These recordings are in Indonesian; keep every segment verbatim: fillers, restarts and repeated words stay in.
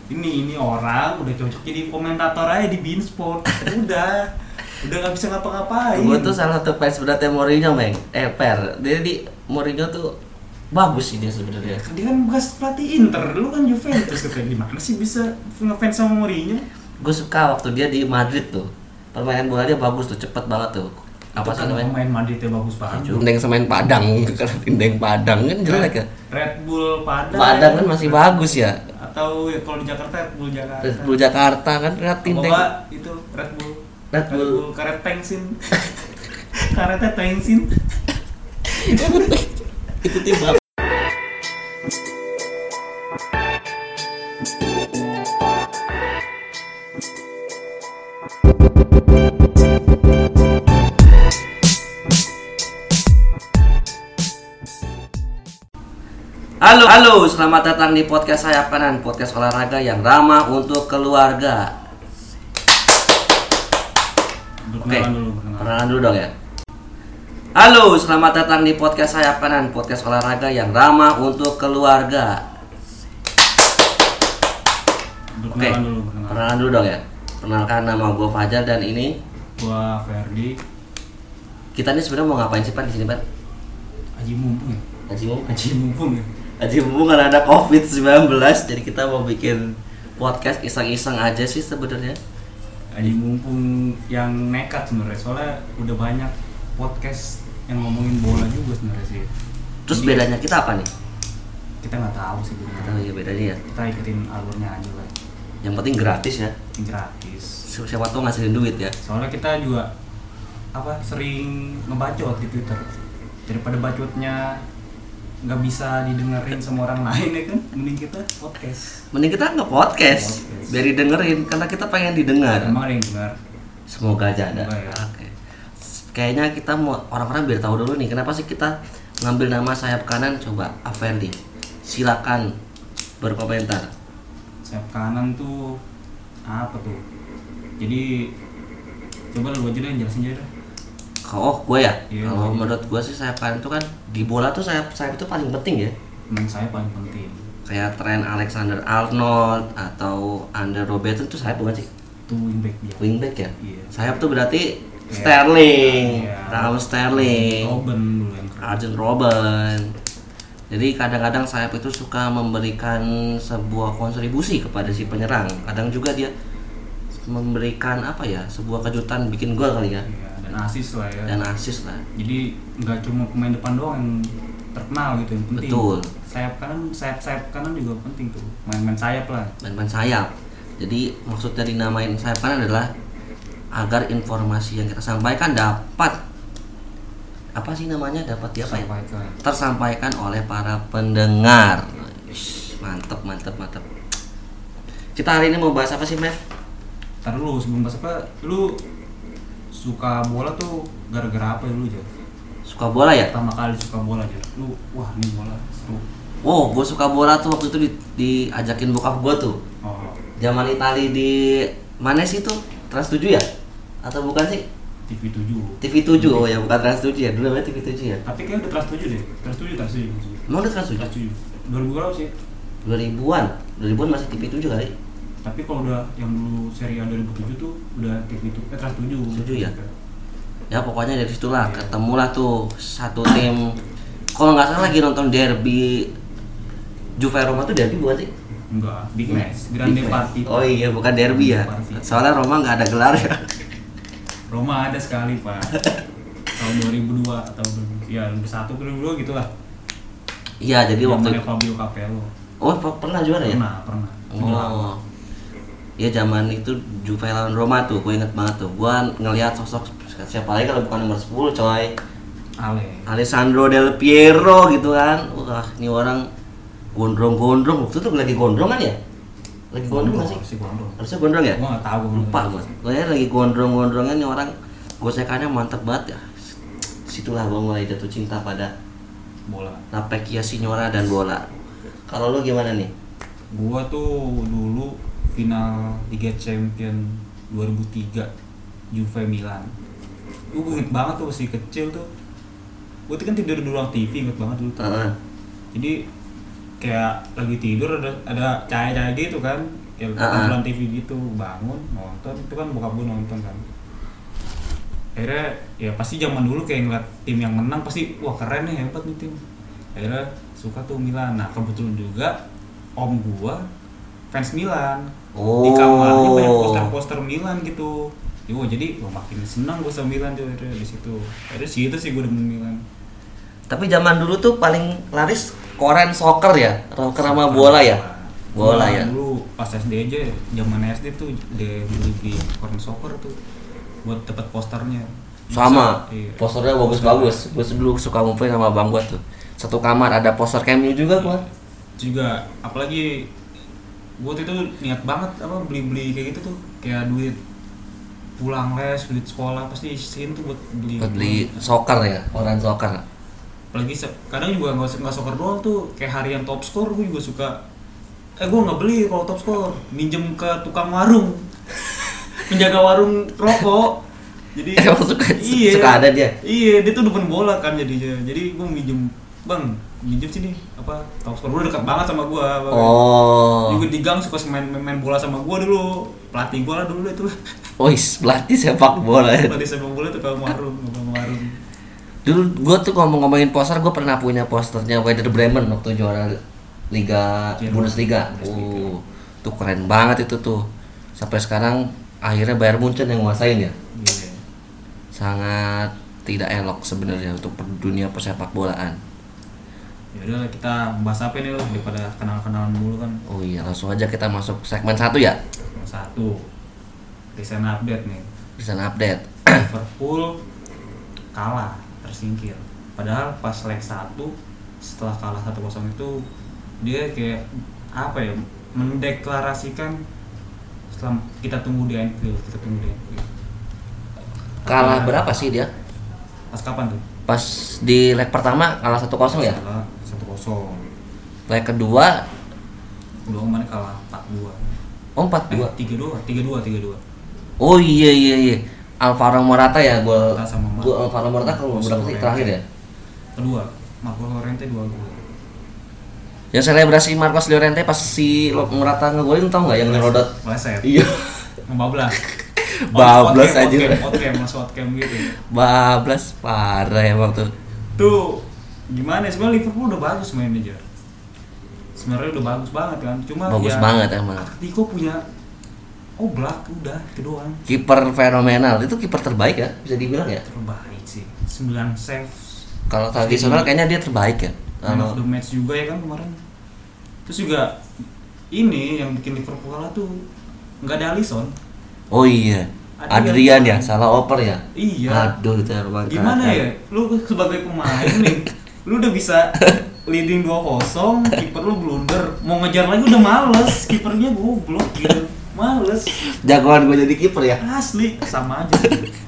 ini ini orang udah cocok jadi komentator aja di Bein Sport. Udah. Udah enggak bisa ngapa-ngapain. Gue tuh salah satu fans beratnya Mourinho, Meng. Eh, Per. Dia di Mourinho tuh bagus sih dia sebenarnya. Dia kan bekas pelatih Inter, lu kan Juventus, katanya gimana sih bisa ngefans sama Mourinho? Gue suka waktu dia di Madrid tuh. Permainan bola dia bagus tuh, cepet banget tuh. Apa sih namanya? Pemain Madridnya bagus banget. Tindeng semain Padang, karena Tindeng Padang kan jelek ya. Red Bull Padang. Padang kan masih bagus ya. Atau ya, kalau di Jakarta Red Bull Jakarta. Red Bull Jakarta kan Red Tindeng. Apa itu Red Bull? Red Bull, Red Bull karet tengsin. Karetnya tengsin. Itu tim apa? Halo, halo, selamat datang di podcast Sayap Kanan, podcast olahraga yang ramah untuk keluarga. Oke, perkenalan dulu dong ya. Halo, selamat datang di podcast Sayap Kanan, podcast olahraga yang ramah untuk keluarga. Oke, perkenalan dulu dong ya. Perkenalkan, nama gue Fajar dan ini gue Ferdi. Kita nih sebenarnya mau ngapain sih, Pak, di sini, Pak? Haji mumpung ya? Haji mumpung. Haji mumpung ya? Haji mumpung karena ada covid sembilan belas, jadi kita mau bikin podcast iseng-iseng aja sih sebenarnya. Haji mumpung yang nekat sebenarnya, soalnya udah banyak podcast yang ngomongin bola juga sebenarnya sih. Terus Jadi, bedanya kita apa nih? kita nggak tahu sih bedanya. Oh iya bedanya ya. Kita ikutin alurnya aja lah. Yang penting gratis ya. Gratis. Siapa tahu ngasihin duit ya. Soalnya kita juga apa sering ngebacot di Twitter. Daripada bacotnya nggak bisa didengerin sama orang lain ya kan, mending kita podcast. Mending kita nge-podcast, Podcast. biar didengerin karena kita pengen didengar. Emang ada yang dengar? Semoga aja ada. Semoga ya. Oke. Kayaknya kita mau orang-orang biar tahu dulu nih kenapa sih kita ngambil nama Sayap Kanan. Coba Afendi, silakan berkomentar. Sayap kanan tuh apa tuh? Jadi coba lu aja deh jelasin aja deh. Oh, gue ya. Iya, Kalau iya. menurut gue sih sayap kanan itu kan di bola tuh sayap sayap itu paling penting ya. Menurut saya paling penting. Kayak Trent Alexander-Arnold atau Andre Robertson tuh sayap bukan sih? Itu wingback dia. Wingback ya. Iya. Sayap tuh berarti Iya. Sterling, Iya. Raheem Sterling, Robben dulu yang keren. Arjen Robben. Jadi kadang-kadang sayap itu suka memberikan sebuah kontribusi kepada si penyerang. Kadang juga dia memberikan apa ya, sebuah kejutan bikin gol kali ya. Iya, dan assist lah ya. Dan assist lah. Jadi nggak cuma pemain depan doang yang terkenal gitu yang penting. Betul. Sayap kanan, sayap sayap kanan juga penting tuh. Main-main sayap lah. Main-main sayap. Jadi maksudnya dinamain sayap kanan adalah agar informasi yang kita sampaikan dapat apa sih namanya dapat ya, apa ya? Sampaikan. Tersampaikan oleh para pendengar. Ish, mantep mantep mantep. Kita hari ini mau bahas apa sih, Mev? Ntar dulu sebelum bahas apa, lu suka bola tuh gara-gara apa ya lu aja? Suka bola ya? Pertama kali suka bola aja. Lu wah ini bola seru. Oh, gue suka bola tuh waktu itu di, diajakin bokap gue tuh. Oh, Zaman Itali di mana sih tuh? Trans tujuh ya? Atau bukan sih? T V tujuh. T V tujuh, oh ya bukan Trans tujuh ya. Dulu namanya T V tujuh ya. Tapi kayaknya udah Trans tujuh deh. Trans tujuh, Trans tujuh. Emang udah Trans tujuh? Trans tujuh. dua ribu berapa sih? dua ribuan. dua ribuan masih T V tujuh kali. Tapi kalau udah yang dulu seri A dua ribu tujuh tuh udah T V tujuh, eh Trans tujuh. tujuh ya? Ya pokoknya dari situlah ketemulah tuh satu tim. Kalau nggak salah lagi nonton derby Juve Roma tuh derby bukan sih? Enggak, big match, grande Big match. party. Oh iya bukan derby ya. Soalnya Roma nggak ada gelar ya. Roma ada sekali, Pak. Tahun dua ribu dua atau ya dua ribu satu dua ribu dua gitulah. Iya jadi waktu Zamannya Fabio Capello. Oh pernah juara ya? Pernah, pernah. Udah lama. Oh. Ya zaman itu Juve lawan Roma tuh, gue inget banget tuh. Gue ngelihat sosok siapa lagi kalau bukan nomor sepuluh coy. Ale. Alessandro Del Piero gitu kan. Wah, ini orang gondrong-gondrong. Waktu itu lagi gondrong kan ya? Lagi gondrong nggak sih? Si gondrong. Harusnya gondrong ya? Gua enggak tahu gua. Lupa gue. Kayaknya lagi gondrong-gondrongan nih orang. Gosekannya mantep banget ya. Situlah gue mulai jatuh cinta pada Bola. La Vecchia Signora dan bola. Kalau lu gimana nih? Gua tuh dulu final Liga Champion dua ribu tiga Juve Milan. Gua inget banget tuh masih kecil tuh. Gua tuh kan tidur di ruang T V, inget banget dulu tuh. Uh-huh. Jadi kayak lagi tidur ada ada cahaya-cahaya gitu kan. ya Ah, ah. nonton T V gitu, bangun nonton itu kan bokap gue nonton kan. Akhirnya ya pasti zaman dulu kayak ngeliat tim yang menang pasti wah keren nih, hebat nih tim. Akhirnya suka tuh Milan. Nah kebetulan juga om gua fans Milan. Di kamarnya banyak Oh. poster-poster Milan gitu. Yo, jadi wah, makin senang gua sama Milan tuh akhirnya di situ. Akhirnya sih itu sih gua demen Milan. Tapi zaman dulu tuh paling laris koran soccer ya, soccer sama bola ya. Bola Nah, ya. dulu pas S D aja, zaman S D tuh dia beli di koran soccer tuh buat dapat posternya. Sama. Bisa, iya. Posternya bagus-bagus. Gue dulu suka ngumpulin sama bang gua tuh. Satu kamar ada poster M U juga gua. Juga apalagi gue tuh itu niat banget apa beli-beli kayak gitu tuh, kayak duit pulang les, duit sekolah pasti isiin tuh buat beli. Buat beli soccer ya, koran soccer. Apalagi se- kadang juga nggak nggak soccer doang tuh, kayak harian top score gue juga suka. Eh gue nggak beli kalau top score, minjem ke tukang warung, penjaga warung rokok. Jadi Emang suka, iya, suka ada dia. Iya, dia tuh depan bola kan jadinya. Jadi gue minjem, bang, minjem sini apa top score. Lu dekat banget sama gue. Oh. Juga di gang suka main, main main bola sama gue dulu. Pelatih gue lah dulu itu. Oh, is, pelatih sepak bola ya. Pelatih sepak bola tuh tukang warung, tukang warung. Dulu gue tuh ngomong-ngomongin poster, gue pernah punya posternya Werder Bremen waktu juara Liga Jerman. Bundesliga. Bundesliga. Oh, tuh keren banget itu tuh. Sampai sekarang akhirnya Bayern Munchen yang nguasain ya. Iya. Sangat tidak elok sebenarnya untuk dunia persepak bolaan. Ya udah kita bahas apa nih lo daripada kenal-kenalan dulu kan. Oh iya, langsung aja kita masuk segmen satu ya. Yang satu, recent update nih. Di sana update. Liverpool kalah, tersingkir. Padahal pas leg satu setelah kalah satu kosong itu dia kayak apa ya, mendeklarasikan setelah kita tunggu di Anfield, kita tunggu di Anfield. Kalah Apa- berapa sih dia? Pas kapan tuh? Pas di leg pertama kalah satu kosong ya. Kalah satu kosong. Leg kedua Udah kemarin kalah empat dua. oh empat dua. Eh, tiga dua, tiga dua, tiga dua. Oh iya iya iya. Alvaro Morata ya, gol Morata sama Mar- gol Alvaro Morata kalau Marcos berapa sih Llorente. terakhir ya? Kedua, Marcos Llorente dua gol. Yang selebrasi Marcos Llorente pas si Morata ngegolin tau nggak yang ngerodot? Meleset. Iya. Ngebablas. Bablas Outcam, aja. outcam, outcam, masuk outcam gitu. Bablas parah emang tuh. Tuh gimana ya, sebenarnya Liverpool udah bagus mainnya aja. Sebenarnya udah bagus banget kan. Cuma Bagus ya, banget emang. Atletico punya Oblak udah itu doang. Kiper fenomenal. Itu kiper terbaik ya, bisa dibilang ya. Terbaik sih. sembilan save. Kalau tradisional kayaknya dia terbaik ya. Man of Kalau the match juga ya kan kemarin. Terus juga ini yang bikin Liverpool kalah tuh nggak ada Alisson. oh iya. Adrian. Adrian ya, salah oper ya. Iya. Aduh, terbang. Gimana ya? Lu sebagai pemain nih, lu udah bisa leading dua kosong, kiper lu blunder, mau ngejar lagi udah males, kipernya goblok gitu. Males. Jagoan gue jadi kiper ya. Asli sama aja.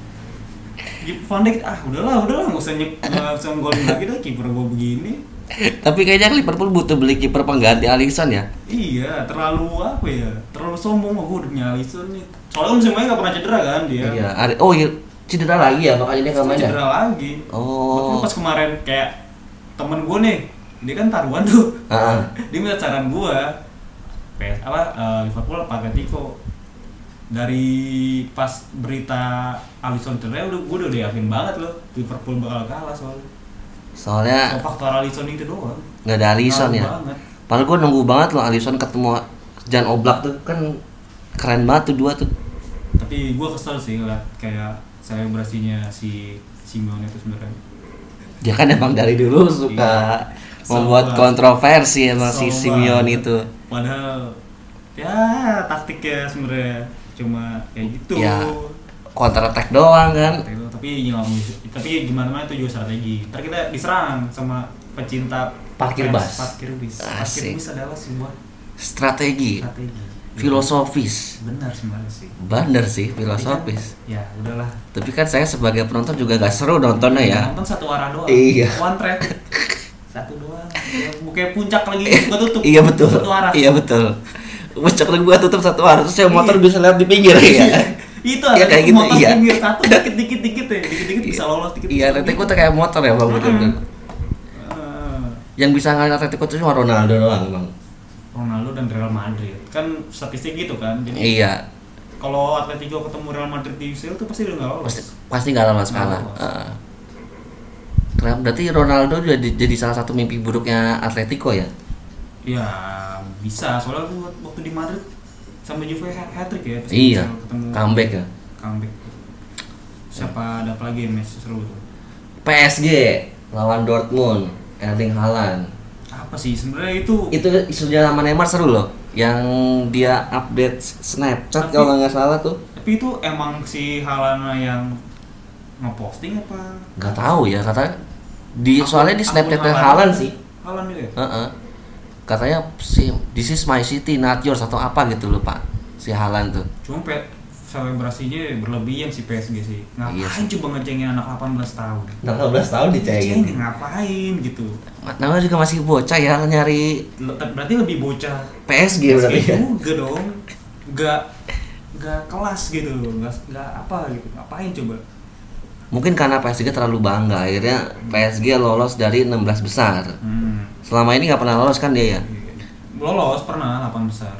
Van Dijk ah udahlah, udahlah enggak usah nyep, nggak usah golin lagi dah kiper gua begini. Tapi kayaknya Liverpool butuh beli kiper pengganti Alisson ya. Iya, terlalu apa ya? Terlalu sombong mah gua udah punya Alisson nih. Soalnya musim ini enggak pernah cedera kan dia. Iya. Ari- Oh iya, cedera lagi ya, makanya dia nggak main ya. Cedera lagi. Oh. Makanya pas kemarin kayak temen gue nih, dia kan taruhan tuh. Ah. Dia minta saran gue, P S apa eh, Liverpool apa Atletico. Dari pas berita Alisson cedera, udah gue udah yakin banget loh Liverpool bakal kalah soalnya. Soalnya So, faktor Alisson itu doang. nggak ada Alisson Ngaruh ya. banget. Padahal gue nunggu banget loh Alisson ketemu Jan Oblak tuh kan keren banget tuh dua tuh. Tapi gue kesel sih ngeliat kayak selebrasinya si Simeone itu sebenarnya. Dia kan emang dari dulu suka Iya. membuat Sama- kontroversi emang si sama Simeone banget. itu. Padahal ya taktiknya sebenarnya cuma kayak gitu. Ya counter attack doang kan. Gitu. Tapi ya, tapi gimana mana itu juga strategi. Ntar kita diserang sama pecinta Parkir fans bus. Parkir bis. Parkir Asik. bis adalah sebuah Strategi, strategi. filosofis. Benar sebenarnya sih. Bener sih Tapi filosofis. kan, ya udahlah. Tapi kan saya sebagai penonton juga gak seru nontonnya ya. Nonton satu arah doang. Iya. One track. Satu doang. Ya, kayak puncak lagi gua tutup. Iya betul. Satu arah. Iya betul. Puncak gua tutup satu arah terus saya motor Iya. bisa lihat di pinggir ya. Itu Iya, ada kayak gitu, motor iya. pinggir satu dikit dikit dikit ya, dikit dikit bisa lolos dikit. Iya, Atletico tuh kayak motor ya bang, bener-bener. Ah, Yang bisa ngalahin Atletico tuh cuma Ronaldo doang bang. Ronaldo Ronaldo dan Real Madrid. Kan statistik gitu kan. Jadi Iya. kalau Atletico ketemu Real Madrid di U C L tuh pasti udah nggak lolos. Pasti pasti nggak lolos Nggak kalah. lolos. Heeh. Kenapa? Berarti Ronaldo jadi, jadi salah satu mimpi buruknya Atletico ya? Ya bisa, soalnya tuh waktu di Madrid sampai Juve hat-trick ya. pas Iya. U C L ketemu Comeback ya. comeback. Siapa ada apa lagi yang match seru tuh? P S G lawan Dortmund, Erling Haaland. Apa sih sebenarnya itu? Itu isunya sama Neymar seru loh. Yang dia update Snapchat Tapi- kalau nggak salah tuh. Tapi itu emang si Haaland yang ngeposting apa? Nggak tahu ya, kata di Akun- soalnya di akun Snapchatnya Haaland. Haaland sih. Haaland itu ya? Heeh. Katanya si this is my city not yours atau apa gitu loh Pak. Si Haaland tuh. Cuma pe- selebrasinya berlebihan si P S G sih. Ngapain Iya sih. coba ngecengin anak delapan belas tahun? enam belas tahun Ngecengin ngapain gitu? Namanya juga masih bocah ya nyari L- berarti lebih bocah P S G berarti ya. juga dong. Gak gak kelas gitu, gak, gak apa gitu. Ngapain coba? Mungkin karena P S G terlalu bangga akhirnya P S G lolos dari enam belas besar. Hmm. Selama ini nggak pernah lolos kan dia ya? Lolos pernah delapan besar.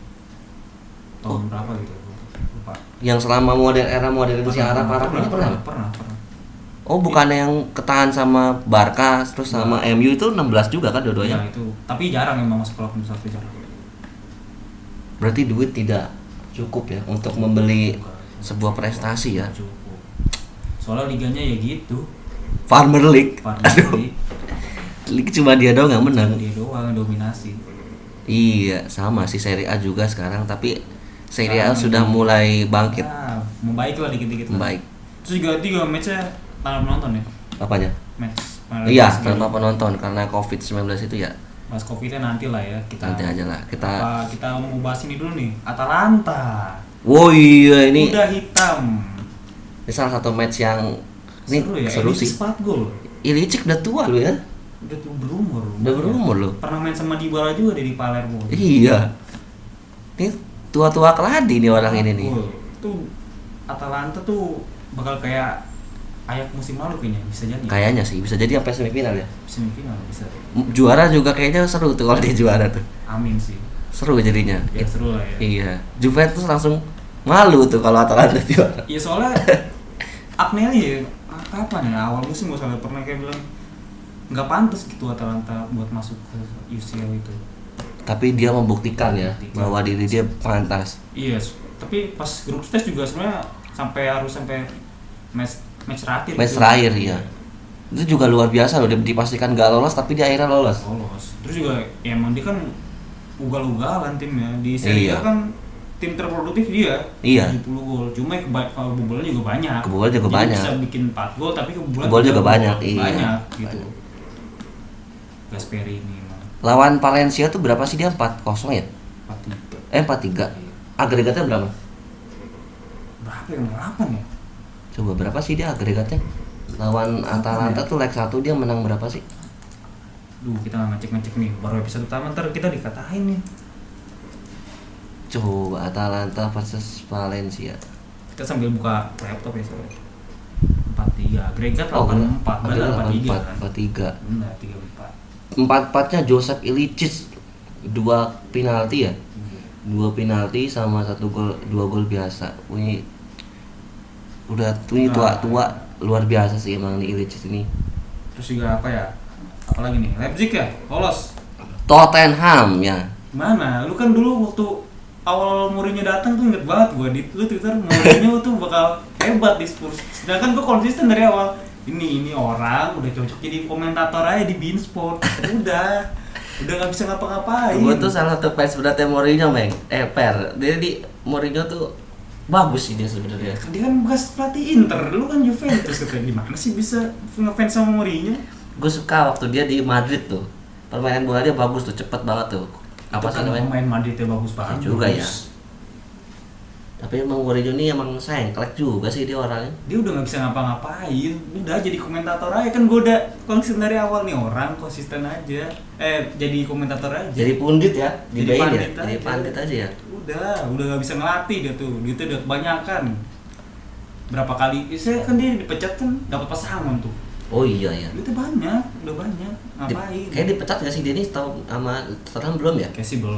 Tahun berapa gitu? Lupa. Yang selama model era modernisasi Arab Arab ini pernah. Pernah, pernah. Oh bukannya yang ketahan sama Barca terus sama M U itu enam belas juga kan Ya dua-duanya? itu. Tapi jarang emang masuk delapan besar itu jarang. Berarti duit tidak cukup ya untuk membeli sebuah prestasi ya. Cukup. Soalnya liganya ya gitu. Farmer League. Farmer Aduh, League. League cuma dia doang yang menang. Dia doang yang dominasi. Iya, sama sih Serie A juga sekarang, tapi Serie A Sekarang sudah ini- mulai bangkit Ah, membaik lah dikit-dikit. lah. baik. Terus juga tiga matchnya tanpa penonton ya. Apanya? Match. Iya, tanpa penonton karena covid sembilan belas itu ya. Mas Covidnya nanti lah ya kita. Nanti aja lah kita. Apa, kita mau bahas ini dulu nih. Atalanta. Wow iya ini, Udah hitam. ini salah satu match yang ini seru ya. seru Ini sih. empat gol. Ilicic udah tua loh ya. Udah tuh berumur. Udah berumur loh. Pernah main sama Dybala juga deh di Palermo. Iya. Ini tua-tua keladi nih orang ini nih. Gol. Tuh Atalanta tuh bakal kayak Ayak musim lalu kayaknya bisa jadi. Kayaknya sih bisa jadi sampai semifinal ya. Semifinal bisa. M- Juara juga kayaknya seru tuh kalau dia juara tuh. Amin sih. Seru jadinya. Ya seru lah ya. Iya. Juventus langsung malu tuh kalau Atalanta juara. Iya soalnya Agnelli ya kapan ya awal musim gue salah pernah kayak bilang nggak pantas gitu Atalanta buat masuk ke U C L itu. Tapi dia membuktikan ya Membuktikan. bahwa diri dia pantas. Iya, s- tapi pas grup stage juga sebenarnya sampai harus sampai match match terakhir. Match gitu. terakhir ya. Itu juga luar biasa loh, dia dipastikan gak lolos tapi dia akhirnya lolos. Lolos. Terus juga ya emang dia kan ugal-ugalan timnya di Serie A Iya. kan tim terproduktif dia. Iya. tujuh puluh gol. Cuma keba- kalau kebobolan juga banyak. Kebobolan juga Jadi banyak. Bisa bikin empat gol tapi kebobolan Kebobolan juga tiga gol. banyak, iya. Banyak gitu. Banyak. Gasperi ini emang Lawan Valencia tuh berapa sih dia? empat kosong ya? empat tiga. Eh empat tiga. Agregatnya berapa? Berapa yang delapan ya? Coba berapa sih dia agregatnya? Lawan Atalanta tuh leg satu dia menang berapa sih? Duh, kita nggak ngecek-ngecek nih. Baru episode pertama ntar kita dikatain nih. Coba Atalanta versus Valencia. Kita sambil buka laptop ya soalnya. empat tiga. Agregat Oh, delapan empat. Berarti agregat delapan tiga kan? empat tiga. Benar, tiga empat. Empat-empatnya Joseph Ilicic dua penalti ya? Dua penalti sama satu gol, dua gol biasa. Ini udah tuh ini tua-tua luar biasa sih emang nih Ilicic ini. Terus juga apa ya? Apalagi nih? Leipzig ya? Lolos. Tottenham ya. Mana? Lu kan dulu waktu awal Mourinho datang tuh inget banget gua di lu Twitter Mourinho tuh bakal hebat di Spurs. Sedangkan gua konsisten dari awal. Ini ini orang udah cocok jadi komentator aja di Bein Sport. Udah. Udah nggak bisa ngapa-ngapain. Gue tuh salah satu fans beratnya Mourinho, Meng. Eh, Per. Dia di Mourinho tuh bagus sih dia sebenarnya. Dia kan bekas pelatih Inter, lu kan Juventus katanya. Gimana sih bisa ngefans sama Mourinho? Gue suka waktu dia di Madrid tuh. Permainan bola dia bagus tuh, cepet banget tuh. Apa Itu sih kan namanya? pemain Madridnya bagus banget. juga ya. Tapi emang Mourinho ini emang sengklek juga sih dia orangnya. Dia udah nggak bisa ngapa-ngapain, udah jadi komentator aja kan. Gue udah konsisten dari awal nih orang konsisten aja. Eh jadi komentator aja. Jadi pundit ya, di Jadi Bein ya. pandit Jadi aja. pandit aja ya. Udah, udah nggak bisa ngelatih dia tuh. Dia tuh udah kebanyakan. Berapa kali? Saya kan dia dipecat kan dapat pasangan tuh. Oh iya ya. Itu banyak, udah banyak. Di, Ngapain? kayak dipecat gak sih dia ini tahu sama Tottenham belum ya? Kayak sih belum.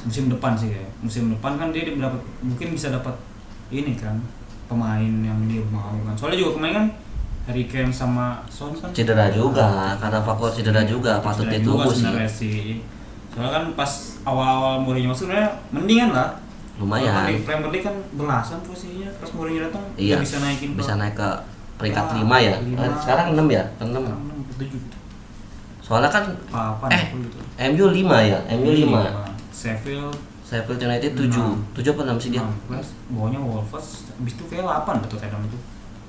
musim depan sih ya. Musim depan kan dia dapat mungkin bisa dapat ini kan pemain yang dia mau kan. Soalnya juga kemarin kan Harry Kane sama Son kan Cedera juga, karena faktor cedera juga patut Cedera ditunggu juga sih. sebenarnya sih. Soalnya kan pas awal-awal Mourinho masuk sebenarnya mendingan lah. Lumayan. Kalau di Premier League kan belasan posisinya, pas Mourinho datang Iya. dia bisa naikin Bisa naik ke peringkat Ya, lima ya. lima. Eh, Sekarang enam ya, enam. enam tujuh Soalnya kan papan eh gitu. M U lima ya, M U lima. Sheffield Sheffield United tujuh. enam. tujuh apa enam sih dia? enam plus bawahnya Wolves habis itu kayak delapan betul Tottenham itu.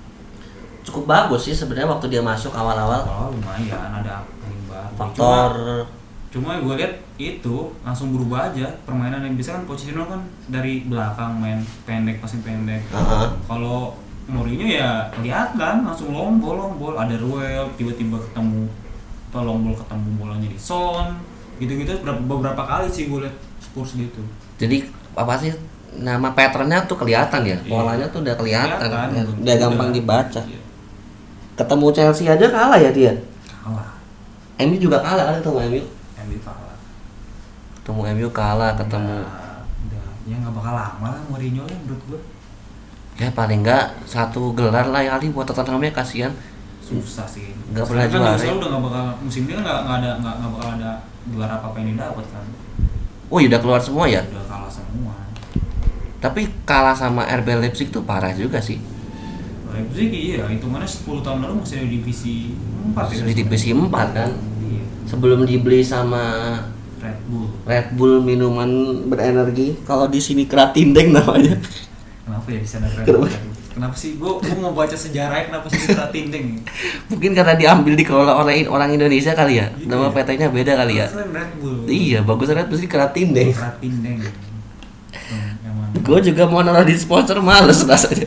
Cukup bagus sih sebenarnya waktu dia masuk awal-awal. Oh lumayan ada angin baru. Faktor Cuma, cuma gue lihat itu langsung berubah aja permainan yang bisa kan Pochettino kan dari belakang main pendek passing pendek. Heeh. Kalau Mourinho ya kelihatan langsung long ball long ball ada Ruel tiba-tiba ketemu atau long ball ketemu bolanya di Son gitu-gitu beberapa, beberapa kali sih gue lihat Spurs gitu. Jadi apa sih nama patternnya tuh kelihatan ya, Iya. polanya tuh udah kelihatan, Kelihatan, ya, udah- udah gampang udah. dibaca. Iya. Ketemu Chelsea aja kalah ya dia. Kalah. M U juga kalah kan ketemu M U. M U kalah. Ketemu M U kalah, ketemu Nah, udah ya nggak bakal lama lah Mourinho lah menurut gue. ya paling enggak satu gelar lah kali buat Tottenhamnya, kasihan. Susah sih. Nggak pernah Sekarang kan juara. Newcastle udah nggak bakal musim ini kan nggak nggak ada nggak nggak bakal ada gelar apa apa yang didapat kan. Oh ya udah keluar semua ya. Udah kalah semua. Tapi kalah sama R B Leipzig tuh parah juga sih. Leipzig iya hitungannya sepuluh tahun lalu masih ada di divisi empat ya. Di divisi empat kan. Iya. Sebelum dibeli sama Red Bull. Red Bull minuman berenergi, kalau di sini Kratindeng namanya. Kenapa ya di sana Red Kenapa? Bull? Kenapa sih gua gua mau baca sejarahnya kenapa sih kita tindeng? Mungkin karena diambil dikelola oleh orang Indonesia kali ya. Gitu Nama ya? P T-nya beda kali ya. Selain Red Bull. Iya, bagus banget mesti Kratindeng. Tindeng. Hmm, yang mana? Gue juga mau naruh di sponsor males rasanya.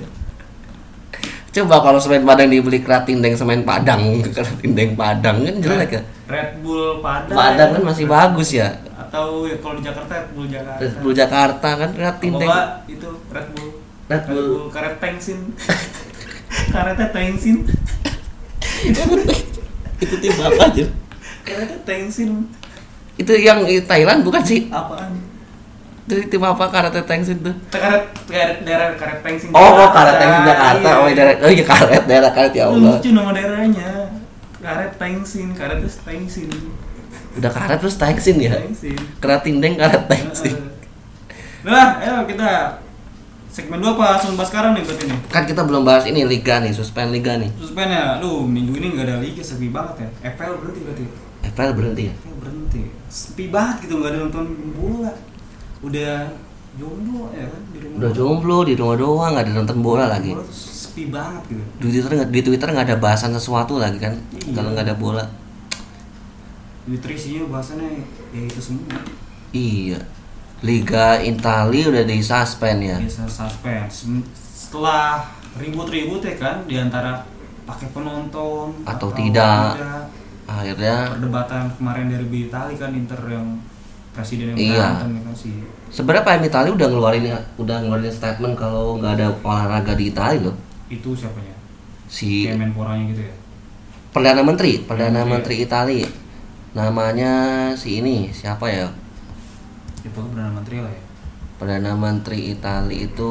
Coba kalau semen Padang dibeli Kratindeng semen Padang, Kratindeng Padang kan jelek ya. Red Bull Padang. Padang kan masih bagus ya. Atau ya kalau di Jakarta Red Bull Jakarta. Red Bull Jakarta kan Kratindeng. Apa itu Red Bull? Red Bull. karet tengsin. Karetnya tengsin. Itu tim apa aja? Karetnya tengsin. Itu yang di Thailand bukan sih? Apaan? Itu tim apa Karate Tengsin tuh? Karet karet daerah karet tengsin. Oh, oh Karet Tengsin Jakarta. Oh, daerah oh iya karet daerah karet ya Allah. Lucu nama daerahnya. Karet tengsin, karet terus tengsin. Udah karet terus Tengsin ya. Tengsin. Kratindeng karet Tengsin. Nah, ayo kita segmen dua apa langsung bahas sekarang nih berarti nih? Kan kita belum bahas ini liga nih, suspend liga nih. Suspend ya, lu minggu ini nggak ada liga sepi banget ya. F L berhenti berarti. F L berhenti ya. F L berhenti. Sepi banget gitu nggak ada nonton bola. Udah jomblo ya kan di rumah. Udah jomblo di rumah doang, nggak ada nonton bola lagi. Bola tuh sepi banget gitu. Di Twitter nggak di Twitter nggak ada bahasan sesuatu lagi kan? Iya. Kalau nggak ada bola. Nutrisinya bahasannya ya itu semua. Iya. Liga Italia udah di suspend ya. Biasa suspend. Sem- Setelah ribut-ribut ya kan di antara pakai penonton Atau tidak. Akhirnya Perdebatan kemarin dari Italia kan Inter yang presiden yang Iya. berantem ya kan sih. sebenarnya P M Italia udah ngeluarin udah ngeluarin statement kalau nggak ada olahraga di Italia loh. Itu siapanya? Si Kayak Menporanya gitu ya. Perdana Menteri, Perdana Menteri. Menteri Italia. Namanya si ini, siapa ya? Itu kan Perdana Menteri lah ya. Perdana Menteri Italia itu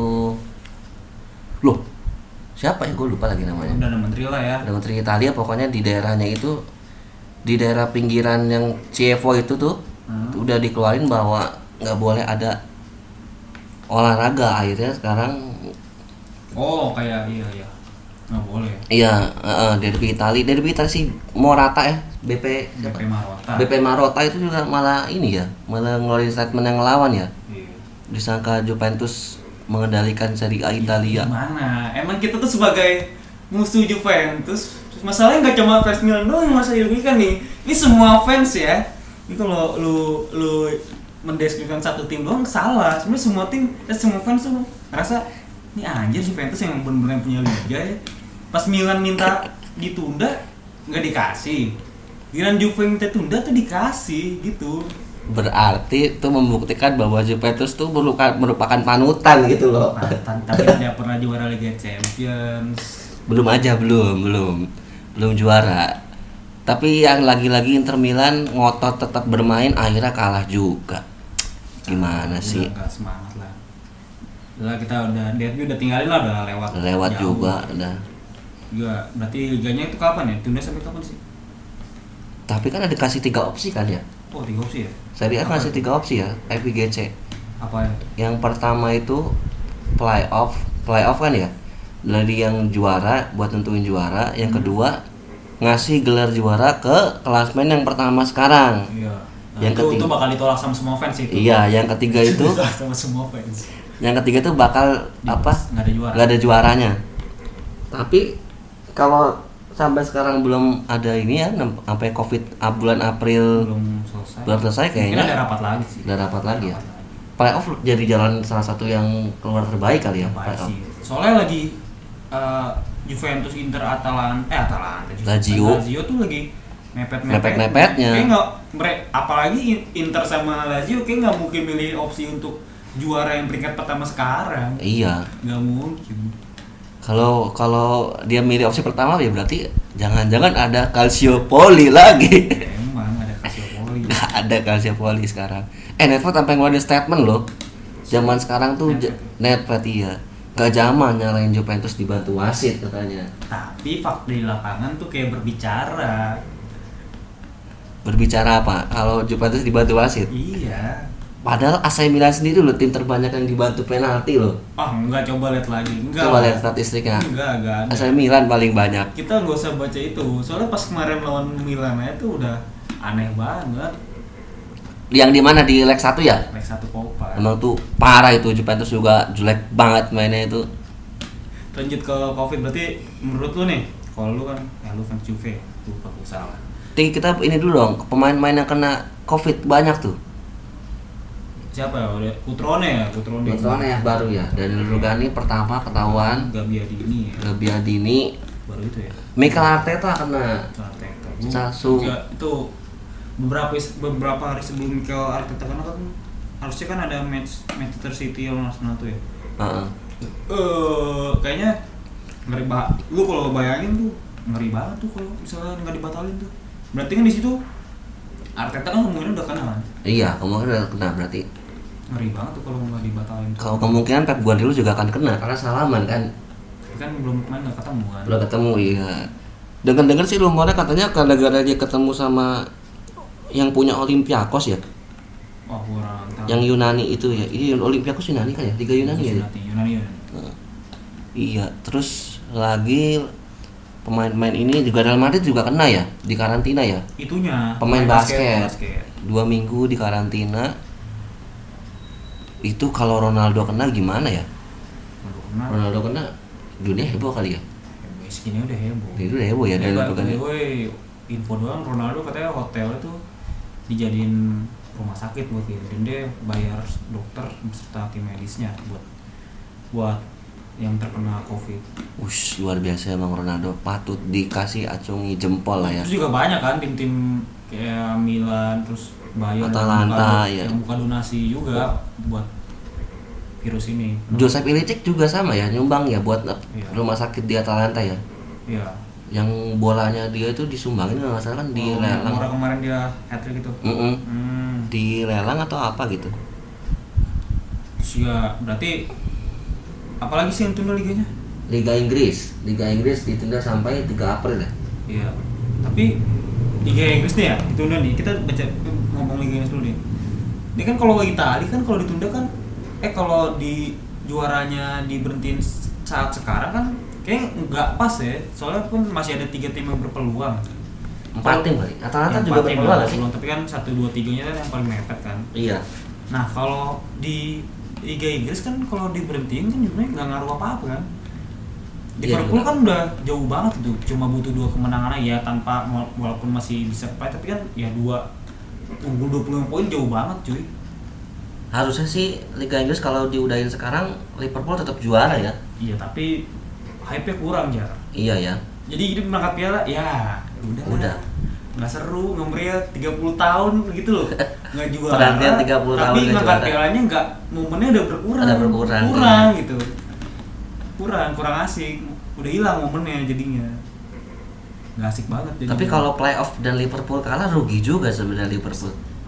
loh. Siapa ya? Gue lupa lagi namanya. Perdana Menteri lah ya. Perdana Menteri Italia pokoknya di daerahnya itu di daerah pinggiran yang Chievo itu tuh Hmm. udah dikeluarin bahwa nggak boleh ada olahraga. Akhirnya sekarang Oh kayak iya iya. Nggak boleh. iya uh, derby Italia, derby Italia sih Morata ya, B P B P Marotta. B P Marotta itu juga malah ini ya, malah ngeluarin statement yang ngelawan ya. Iya. Disangka Juventus mengendalikan Serie A Italia. Gimana? Emang kita tuh sebagai musuh Juventus, masalahnya nggak cuma fans Milan doang yang merasa dirugikan nih. Ini semua fans ya. Ini kalau lu lu mendeskripsikan satu tim doang salah. Sebenarnya semua tim, eh, semua fans tuh ngerasa ini anjir Juventus yang benar-benar punya liga ya. Pas Milan minta ditunda nggak dikasih. Giliran Juve minta tunda tuh dikasih gitu. Berarti itu membuktikan bahwa Juventus tuh merupakan, merupakan panutan gitu loh. Mantan, tapi tidak pernah juara Liga Champions. Belum aja, belum, belum. Belum juara. Tapi yang lagi-lagi Inter Milan ngotot tetap bermain akhirnya kalah juga. Gimana Udah sih? nggak semangat lah. Udah kita udah derby udah tinggalin lah, udah lewat. Lewat jauh. juga udah. Juga berarti liganya itu kapan ya? Tunda sampai kapan sih? Tapi kan ada dikasih tiga opsi kan ya. Oh, tiga opsi ya? Serie A Apa kasih itu? tiga opsi ya, F I G C. Apa ya? Yang pertama itu playoff, playoff kan ya. Dari yang juara buat tentuin juara, yang Hmm. kedua ngasih gelar juara ke klasmen yang pertama sekarang. Iya. Nah, Yang itu, ketiga- itu bakal ditolak sama semua fans itu. Iya, yang ketiga itu Ditolak sama semua fans. yang ketiga itu bakal apa? Nggak ada juara. Nggak ada juaranya. Tapi kalau sampai sekarang belum ada ini ya, nem- sampai Covid ah, bulan April Belum selesai. belum selesai Mungkin kayaknya. ada rapat lagi sih. Ada rapat lagi ya. Rapat lagi. Playoff jadi jalan salah satu yang keluar terbaik kali ya. Baik Playoff. sih. Soalnya lagi eh, Juventus, Inter, Atalanta, eh Atalanta, Lazio. Lazio tuh lagi mepet-mepet. Mepet-mepetnya. Kayak nggak, mere- apalagi Inter sama Lazio kayak nggak mungkin milih opsi untuk juara yang peringkat pertama sekarang. Iya. Nggak mungkin. Kalau kalau dia milih opsi pertama ya berarti jangan-jangan ada Calciopoli lagi. Emang ada Calciopoli. Nggak ada Calciopoli sekarang. Eh Nedved sampai ngeluarin statement loh. Zaman sekarang tuh Nedved. j- Nedved iya. Gak zaman nyalain Juventus dibantu wasit katanya. Tapi fakta di lapangan tuh kayak berbicara. Berbicara apa? Kalau Juventus dibantu wasit. Iya. Padahal A C Milan sendiri loh tim terbanyak yang dibantu penalti loh. Ah enggak, coba lihat lagi. Enggak. Coba lah. lihat statistiknya. Enggak, enggak ada. A C Milan paling banyak. Kita nggak usah baca itu. Soalnya pas kemarin lawan Milan aja tuh udah aneh banget. Yang di mana di leg satu ya? Leg satu Copa. Emang tuh parah itu Juventus juga jelek banget mainnya itu. Lanjut ke Covid, berarti menurut lu nih, kalau lu kan ya lu fans Juve, lupa gue salah. Jadi kita ini dulu dong, pemain-pemain yang kena Covid banyak tuh. Siapa ya? Udah Cutrone ya, Cutrone. Cutrone yang baru ya. Daniel Rugani pertama ketahuan, Gabbiadini ya. Gabbiadini, Baru itu ya. Mikel Arteta kena. Arteta. Sasu. Juga itu beberapa beberapa hari sebelum Mikel Arteta karena kan harusnya kan ada match Manchester City lawan Arsenal tuh ya. Heeh. Eh kayaknya ngeri banget. Lu kalau bayangin tuh ngeri banget tuh kalau misalnya nggak dibatalin tuh. Berarti kan di situ Arteta kan kemungkinan udah kena kan. Iya, kemungkinan udah kena berarti. Ngeri banget tuh kalau nggak dibatalin. Kalau kemungkinan Pep Guardiola juga akan kena karena salaman kan. Tapi kan belum main nggak ketemu kan. Belum ketemu iya. Dengar-dengar sih rumornya katanya gara-gara dia ketemu sama yang punya Olympiakos ya. Wah kurang tahu. Yang Yunani itu ya. Ini Olympiakos Yunani kan ya? Liga Yunani ya. Yunani, Yunani, Yunani. Nah, iya, terus lagi pemain-pemain ini juga Real Madrid juga kena ya di karantina ya. Itunya Pemain basket. basket. Dua minggu di karantina. Itu kalau Ronaldo kena gimana ya? Baru kena. Ronaldo kena dunia heboh kali ya. Heboh, segini udah heboh. Itu udah heboh ya dan Hebat, itu kan. woi, info doang Ronaldo katanya hotelnya tuh dijadiin rumah sakit buat dia, dan dia bayar dokter beserta tim medisnya buat buat yang terkena Covid. Ush, luar biasa emang Ronaldo, patut dikasih acungi jempol lah ya. Terus juga banyak kan tim-tim kayak Milan, terus Bayern Atalanta, yang buka, ya. yang buka donasi juga buat virus ini. Joseph Ilicic juga sama ya, nyumbang ya buat Iya. rumah sakit di Atalanta ya. Iya. Yang bolanya dia itu disumbangin nggak salah kan di Oh, lelang. Orang kemarin dia hat-trick gitu. Mm-mm. Hmm. Di lelang atau apa gitu. Terus juga berarti apalagi sih yang tunda liganya? Liga Inggris, Liga Inggris ditunda sampai tiga April ya. Iya. Tapi Liga Inggris nih ya, ditunda nih. Kita baca ngomong Liga Inggris dulu nih. Ini kan kalau Italia kan kalau ditunda kan eh kalau di juaranya diberhentiin saat sekarang kan kayak nggak pas ya. Soalnya pun masih ada tiga tim yang berpeluang. Empat tim kali. Atalanta Ya, juga empat tim berpeluang yang nggak sih? berpeluang, tapi kan satu dua tiganya kan yang paling mepet kan. Iya. Nah kalau di Liga Inggris kan kalau diberhentiin kan sebenarnya nggak ngaruh apa-apa kan. Liverpool Iya, kan udah jauh banget itu, cuma butuh dua kemenangan aja tanpa walaupun masih bisa fight, tapi kan ya dua unggul dua puluh lima poin jauh banget cuy. Harusnya sih Liga Inggris kalau diudahin sekarang Liverpool tetap juara ya. Iya tapi hype-nya kurang ya. Iya ya. Jadi hidup mengangkat piala ya udah. Udah. Nggak seru, nggak meriah tiga puluh tahun begitu loh. Nggak juara. Penantian tiga puluh tahun tapi nggak ngangkat juara. pialanya nggak, momennya udah berkurang. Ada berkurang, Kurang iya. gitu. Kurang, kurang asik. Udah hilang momennya jadinya. Nggak asik banget jadinya. Tapi kalau playoff dan Liverpool kalah rugi juga sebenarnya Liverpool.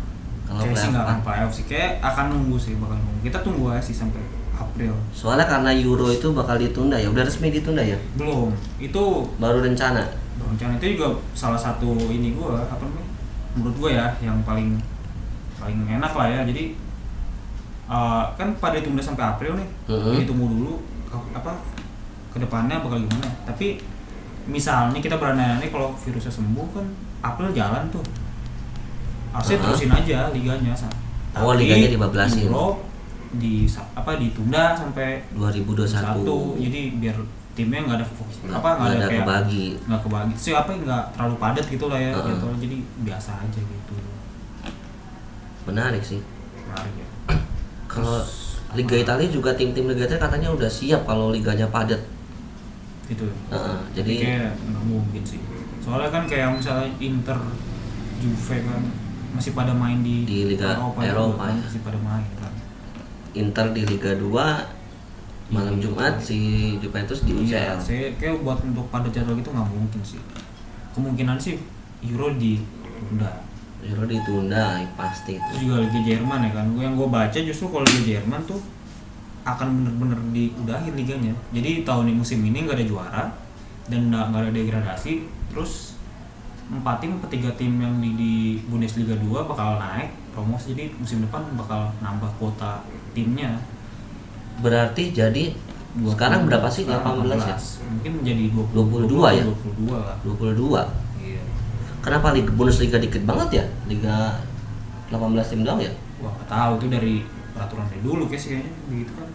Kalau kayak sih nggak akan playoff. playoff sih, kayak akan nunggu sih, bakal nunggu. Kita tunggu aja sih sampai April. Soalnya karena Euro itu bakal ditunda ya, udah resmi ditunda ya. Belum, itu Baru rencana. rencana itu juga salah satu ini gua apa namanya? Menurut gua ya yang paling paling enak lah ya. Jadi uh, kan pada ditunda sampai April nih. Mm-hmm. Jadi tunggu dulu ke- apa kedepannya bakal gimana. Tapi misalnya kita berandai-andai kalau virusnya sembuh kan April jalan tuh. Harusnya Uh-huh. terusin aja liganya. Oh, liganya dibablasin. Euro di apa ditunda sampai dua ribu dua puluh satu. Jadi biar timnya nggak ada fokus Nggak- apa nggak nggak ada, ada kayak kebagi. nggak kebagi sih apa nggak terlalu padat gitu lah ya Uh-uh. jadwalnya, jadi biasa aja gitu. Menarik sih. Menarik ya. Kalau Terus, Liga apa? Italia juga tim-tim Liga Italia katanya udah siap kalau liganya padat. Gitu. Uh-uh, Jadi jadi kayak nggak mungkin sih. Soalnya kan kayak misalnya Inter, Juve kan masih pada main di, Di Liga Eropa, Eropa, juga kan, ya. masih pada main kan. Inter di Liga dua malam Jumat, si Juventus di U C Iya, L. saya kayak buat untuk pada jadwal gitu nggak mungkin sih. Kemungkinan sih Euro ditunda. Euro ditunda pasti. Terus juga Liga Jerman ya kan. Gue yang gue baca justru kalau Liga Jerman tuh akan bener-bener diudahin liganya. Jadi tahun ini musim ini nggak ada juara dan nggak nggak ada degradasi. Terus empat tim atau tiga tim yang di, di Bundesliga dua bakal naik promosi. Jadi musim depan bakal nambah kuota timnya. Berarti jadi dua puluh, sekarang berapa sih? sekarang delapan belas ya? Mungkin menjadi dua puluh, dua puluh dua ya? dua puluh dua lah. dua puluh dua. Iya. Kenapa Liga Bundesliga dikit banget ya? Liga delapan belas tim doang ya? Wah, nggak tahu itu dari peraturan dari dulu kayak sih kayaknya begitu kan.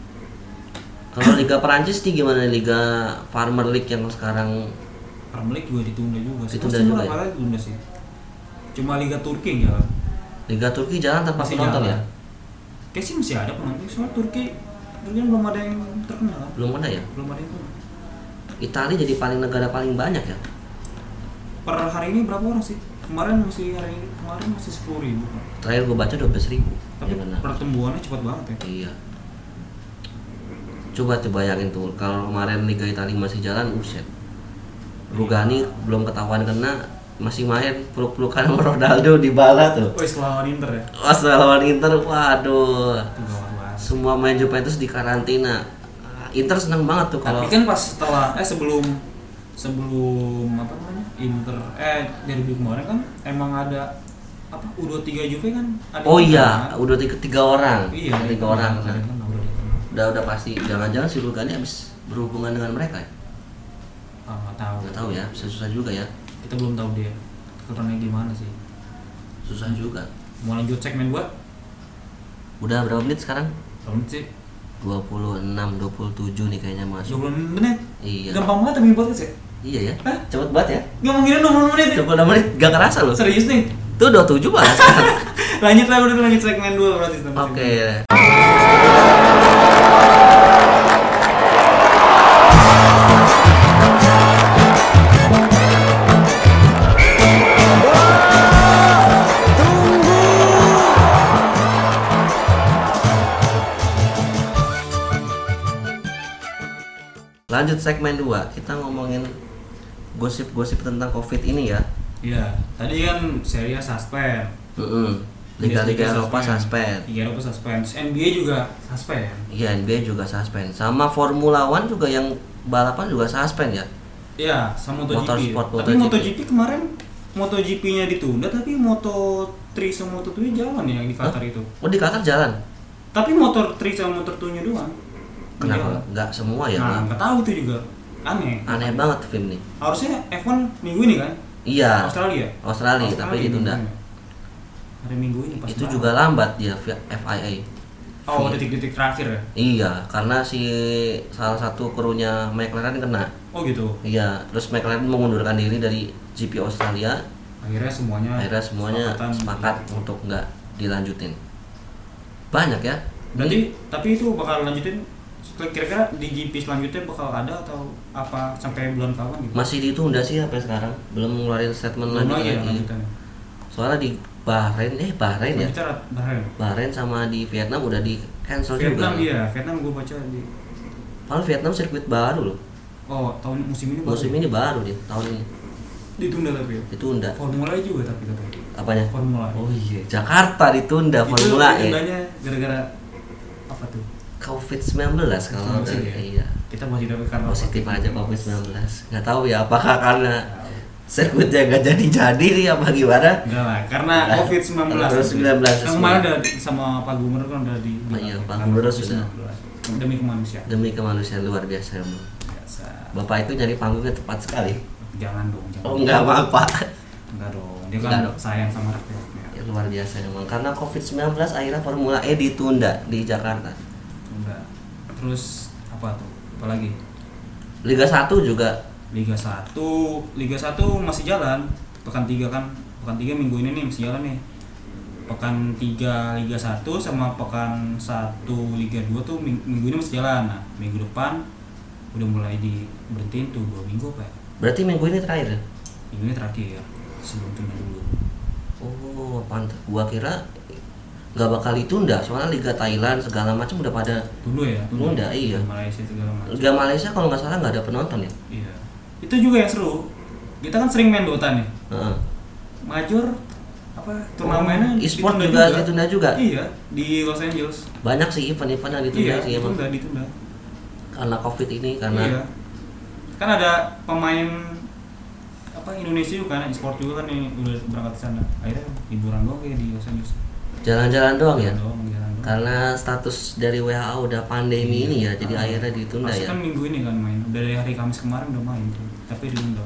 Kalau Liga Perancis nih gimana? Liga Farmer League yang sekarang Premier League juga ditunda juga sih. Ditunda Pasti juga berapa ya? kali ditunda sih. Cuma Liga Turki ya. Liga Turki jalan tanpa Masih penonton jalan. ya? Kayak sih masih ada penonton. Soalnya Turki Turki belum ada yang terkenal. Belum ada ya? Belum ada yang terkenal. Italia jadi paling negara paling banyak ya? Per hari ini berapa orang sih? Kemarin masih hari ini kemarin masih sepuluh ribu. Terakhir gue baca dua belas ribu. Tapi Ya benar. pertumbuhannya cepat banget ya. Iya. Coba coba bayangin tuh kalau kemarin Liga Italia masih jalan, uset. Rugani belum ketahuan kena, masih main peluk-pelukan sama Ronaldo di bala tuh. Oh, lawan Inter ya. Pas lawan Inter, waduh. Itu gawat banget. Semua main Juventus di karantina. Inter seneng banget tuh kalau Tapi kan pas setelah eh sebelum sebelum apa namanya? Inter eh dari dulu kemarin kan emang ada apa U dua puluh tiga Juve kan ada Oh Inter, iya, kan? udah tiga, tiga orang. Iya, tiga itu orang. udah Nah, dikenal, udah dikenal. udah udah pasti. Jangan-jangan si Rugani habis berhubungan dengan mereka. Ya? Ah, nggak tahu. Nggak tahu ya, bisa susah juga ya. Kita belum tahu dia keturunan gimana sih. Susah juga. Mau lanjut segmen gua? Udah berapa menit sekarang? Berapa menit sih? dua puluh enam, dua puluh tujuh nih kayaknya masuk. dua puluh menit. Iya. Gampang banget bikin podcast ya? Iya ya. Hah? Cepet banget ya. Ngomongin dua puluh menit. dua puluh enam menit gak kerasa loh. Serius nih. Tuh dua puluh tujuh banget sekarang. Lanjut lah udah lanjut segmen dua berarti. Oke. Lanjut segmen dua, kita ngomongin gosip-gosip tentang Covid ini ya. Iya, tadi kan Serie A suspend. Mm-mm. Liga-liga Eropa suspend. Liga Eropa suspend. Terus N B A juga suspend. Iya, N B A juga suspend. Sama Formula One juga yang balapan juga suspend ya. Iya, sama MotoGP. Motorsport, Tapi MotoGP. MotoGP kemarin MotoGP-nya ditunda tapi Moto tiga sama Moto dua jalan ya yang di Qatar itu. Oh, di Qatar jalan. Tapi Motor tiga sama Motor dua-nya doang. Kenapa? Jalan. Nggak semua ya? Nah, Bang? nggak tahu itu juga. Aneh. Aneh banget film nih. Harusnya F satu minggu ini kan? Iya. Australia. Australia, tapi ditunda. minggu ini. Hari Minggu ini pas Itu banget. juga lambat dia F I A. Oh, detik-detik terakhir ya. Iya, karena si salah satu krunya McLaren kena. Oh gitu. Iya, terus McLaren mengundurkan diri dari G P Australia. Akhirnya semuanya Akhirnya semuanya sepakatan. sepakat untuk nggak dilanjutin. Banyak ya. Berarti tapi itu bakal lanjutin kira-kira di G P selanjutnya bakal ada atau apa sampai bulan kapan gitu? Masih ditunda sih sampai sekarang, belum ngeluarin statement Belum lanjutan lagi ya lagi. lanjutannya. Soalnya di Bahrain, eh Bahrain ya. Bicara Bahrain. Bahrain sama di Vietnam udah di cancel Vietnam juga. iya, Vietnam gue baca di Malah Vietnam sirkuit baru loh. oh tahun musim ini baru. Musim ini baru nih, tahun ini. Ditunda tapi ya. Ditunda. Formula E juga tapi katanya. Apanya? Formula E. Oh iya, Jakarta ditunda Formula E. Ditundanya gara-gara apa tuh? covid sembilan belas kalau Positif dari ya? iya. Kita positif karena Positif aja covid sembilan belas. Nggak tahu ya apakah karena sirkuitnya nggak jadi-jadi nih apa gimana? Enggak lah, karena covid sembilan belas. covid sembilan belas. Yang kemarin udah di- sama Pak Gubernur kan udah di. Oh iya, Pak karena Gubernur covid sudah. sembilan belas. Demi kemanusiaan. Demi kemanusiaan luar biasa. Bro. Biasa. Bapak itu nyari panggungnya tepat sekali. Jangan dong, jangan. Oh enggak apa-apa. Enggak dong. Dia Enggak kan dong. sayang sama rakyatnya. Ya, luar biasa emang karena covid sembilan belas akhirnya Formula E ditunda di Jakarta. Enggak. Terus apa tuh? Apalagi? Liga satu juga Liga satu, Liga satu masih jalan. Pekan tiga kan, pekan tiga minggu ini nih masih jalan nih. Pekan tiga Liga satu sama pekan satu Liga dua tuh ming- minggu ini masih jalan. Nah, minggu depan udah mulai diberhentiin tuh dua minggu apa ya? berarti minggu ini terakhir. Ya? Minggu ini terakhir sebelum tunda dulu. Oh, pantas. Gua kira nggak bakal ditunda soalnya Liga Thailand segala macam udah pada Tunda ya? Tunda, iya. Malaysia segala macam. Liga Malaysia kalau nggak salah nggak ada penonton ya. Iya. Itu juga yang seru. Kita kan sering main Dota nih. Heeh. Major apa turnamennya Oh, e-sport ditunda juga ditunda juga? Iya, di Los Angeles. Banyak sih event-event yang ditunda Iya, sih emang. ditunda, ditunda. Karena Covid ini karena Iya. Kan ada pemain apa Indonesia juga kan, e-sport juga kan yang udah berangkat ke sana. Akhirnya liburan doang kayak di Los Angeles. jalan-jalan doang ya. Jalan doang, jalan doang. Karena status dari W H O udah pandemi ini ya, jadi Ah. akhirnya ditunda Masih ya. kan minggu ini kan main. Udah dari hari Kamis kemarin udah main tuh. Tapi ditunda.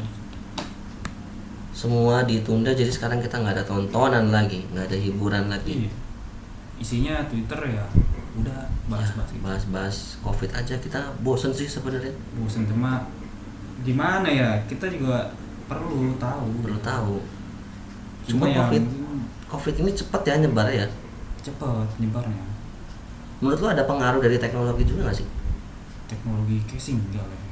Semua ditunda jadi sekarang kita nggak ada tontonan lagi, nggak ada hiburan lagi. Iya. Isinya Twitter ya udah bahas-bahas Ya, itu. bahas-bahas Covid aja kita bosen sih sebenarnya. Bosan cuma gimana ya? Kita juga perlu tahu. Perlu tahu. Cuma Cuma yang Covid Covid ini cepat ya nyebar ya. cepet nyebarnya. Menurut lu ada pengaruh dari teknologi juga nggak sih? Teknologi casing enggak ya.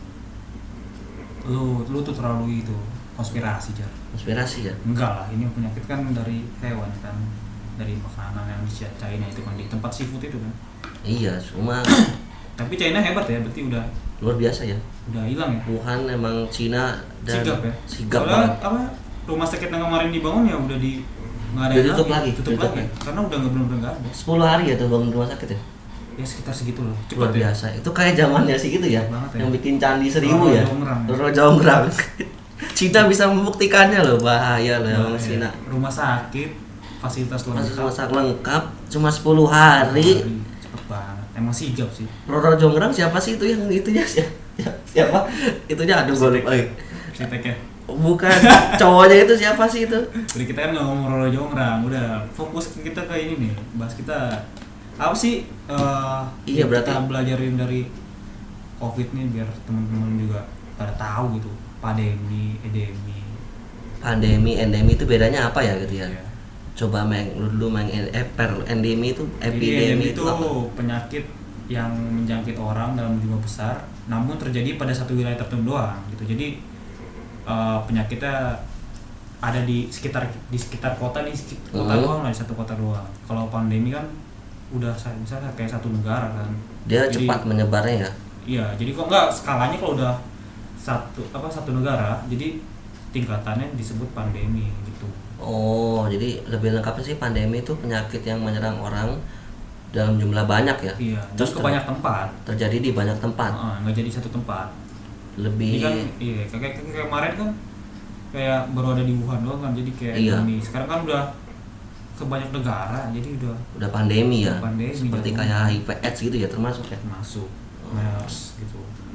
Lu lu tuh terlalu itu konspirasi jar. Konspirasi ya. Enggak lah, ini penyakit kan dari hewan kan, dari makanan yang di China itu kan, di tempat seafood itu kan. Iya, cuma Tapi China hebat ya, berarti udah luar biasa ya. udah hilang ya. Wuhan emang Cina dan Sigap ya. sigap Soalnya banget. apa rumah sakit yang kemarin dibangun ya udah di nggak ada Udah yang tutup lagi, tutup tutup lagi ya? karena udah nggak benar-benar nggak ada. sepuluh hari ya tuh bangun rumah sakit ya. Ya sekitar segitu loh. Cepet Luar ya. biasa. Itu kayak zamannya sih gitu ya. Banget ya. Yang bikin candi seribu Roro ya. Jonggrang. Roro Jonggrang. Cina bisa membuktikannya loh, bahaya loh Nah, emang ya. Cina. Rumah sakit, fasilitas Masih lengkap. masak lengkap cuma sepuluh hari. Cepet banget. Emang sigap sih. Roro Jonggrang siapa sih itu yang itunya siapa? Siapa? Itunya aduh gue lupa. Eh, Cetek ya. Bukan cowoknya itu siapa sih itu? Jadi kita kan nggak ngomong Roro Jonggrang, udah fokus kita ke ini nih, bahas kita apa sih? eh, Iya, yang berarti- kita belajarin dari COVID nih biar teman-teman juga pada tahu gitu, pandemi, endemi. Pandemi, endemi itu bedanya apa ya gitu ya? Iya. Coba main lu dulu main eh per endemi itu Jadi epidemi endemi itu itu apa? penyakit yang menjangkit orang dalam jumlah besar, namun terjadi pada satu wilayah tertentu doang gitu. Jadi eh, penyakitnya ada di sekitar di sekitar kota di sekitar kota Hmm. doang lah, di satu kota doang. Kalau pandemi kan udah sa- misalnya kayak satu negara kan. Dia Jadi- cepat menyebarnya ya. Iya, jadi kok enggak skalanya kalau udah satu apa satu negara, jadi tingkatannya disebut pandemi gitu. Oh, jadi lebih lengkapnya sih pandemi itu penyakit yang menyerang orang dalam jumlah banyak ya. Iya, Terus terus ke banyak tempat. terjadi di banyak tempat. Heeh, nggak jadi satu tempat. Lebih Jadi kan iya kayak, kayak, kayak kemarin kan kayak baru ada di Wuhan doang kan, jadi kayak Iya. ini sekarang kan udah ke banyak negara, jadi udah udah pandemi ya. Pandemi, Seperti jatuhnya. kayak H I V AIDS gitu ya termasuk ya. masuk MERS gitu.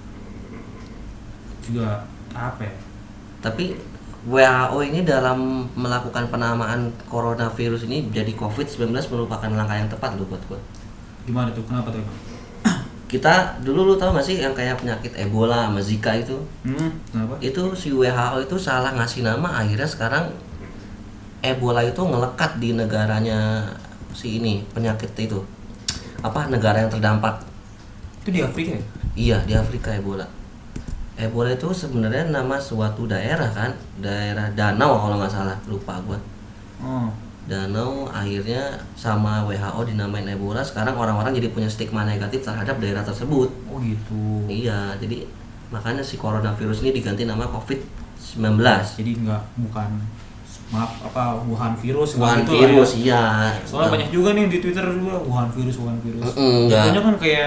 Juga apa ya? Tapi W H O ini dalam melakukan penamaan coronavirus ini jadi covid sembilan belas merupakan langkah yang tepat loh buat gua. Gimana tuh? Kenapa tuh? Kita dulu lu tau gak sih yang kayak penyakit Ebola sama Zika itu? Hmm, kenapa? Itu si W H O itu salah ngasih nama, akhirnya sekarang Ebola itu ngelekat di negaranya si ini penyakit itu. Apa negara yang terdampak? Itu di Afrika ya? Iya, di Afrika Ebola. Ebola itu sebenarnya nama suatu daerah kan, daerah danau kalau nggak salah, lupa gua. Oh, Danau akhirnya sama W H O dinamain Ebola. Sekarang orang-orang jadi punya stigma negatif terhadap daerah tersebut. oh gitu. Iya, jadi Makanya si coronavirus ini diganti nama covid sembilan belas. Jadi nggak bukan maaf apa Wuhan virus Wuhan gitu virus lah ya. iya. Soalnya banyak juga nih di Twitter juga Wuhan virus Wuhan virus. Mm-mm, enggak. Jatuhnya kan kayak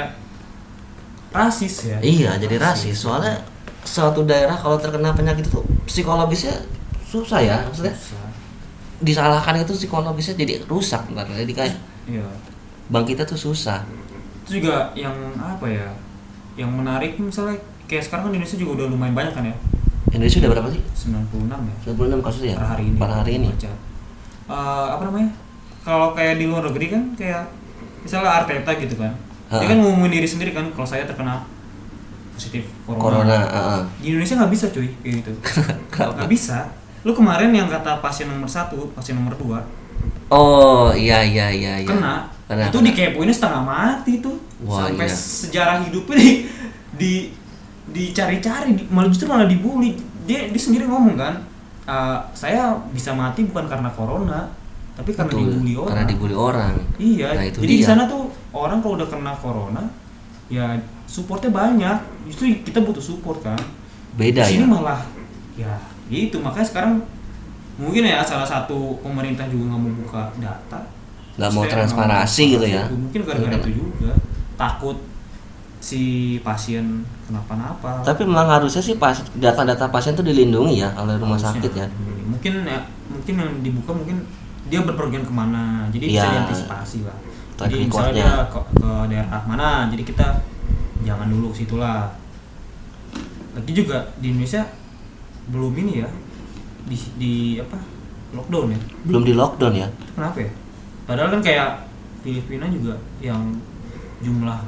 rasis ya. Iya, jadi rasis. Soalnya suatu daerah kalau terkena penyakit itu psikologisnya susah ya. Maksudnya Susah. disalahkan itu psikologisnya jadi rusak ntar. Jadi kayak Iya. bang kita tuh susah. Itu juga yang apa ya? Yang menarik misalnya kayak sekarang kan di Indonesia juga udah lumayan banyak kan ya. Indonesia udah berapa sih? sembilan puluh enam ya. sembilan puluh enam kasus ya? Per hari ini. Per hari ini. Baca. Uh, apa namanya? Kalau kayak di luar negeri kan kayak misalnya Arteta gitu kan. Ha-ha. Dia kan ngumumin diri sendiri kan kalau saya terkena positif corona. Corona, uh-uh. Di Indonesia nggak bisa cuy kayak gitu. Nggak bisa. Lu kemarin yang kata pasien nomor satu, pasien nomor dua Oh iya iya iya iya. kena, Kena, itu kena. dikepoinnya setengah mati tuh. Wah, sampai iya. sejarah hidupnya di, di dicari-cari, di- malah justru malah dibully. Dia dia sendiri ngomong kan, "Uh, saya bisa mati bukan karena corona, tapi karena Betul, dibully orang." Karena dibully orang. Iya, Nah, itu jadi di dia. sana tuh orang kalau udah kena corona, ya supportnya banyak. Justru kita butuh support kan. Beda Di sini ya. malah, ya gitu. Makanya sekarang mungkin ya salah satu pemerintah juga nggak mau buka data, Nggak mau Maksudnya transparansi nggak mau gitu ya. transparansi. Mungkin gara-gara Mungkin. itu juga takut si pasien kenapa-napa. Tapi memang harusnya sih pas data-data pasien tuh dilindungi ya oleh rumah Harusnya. sakit ya. Mungkin ya, mungkin yang dibuka mungkin dia berpergian kemana, jadi Iya. bisa diantisipasi lah. Track Jadi misalnya recordnya. dia ke, ke daerah mana, jadi kita jangan dulu ke situ lah. Lagi juga di Indonesia belum ini ya di, di apa lockdown ya. Belum di lockdown ya. Itu kenapa ya? Padahal kan kayak Filipina juga yang jumlah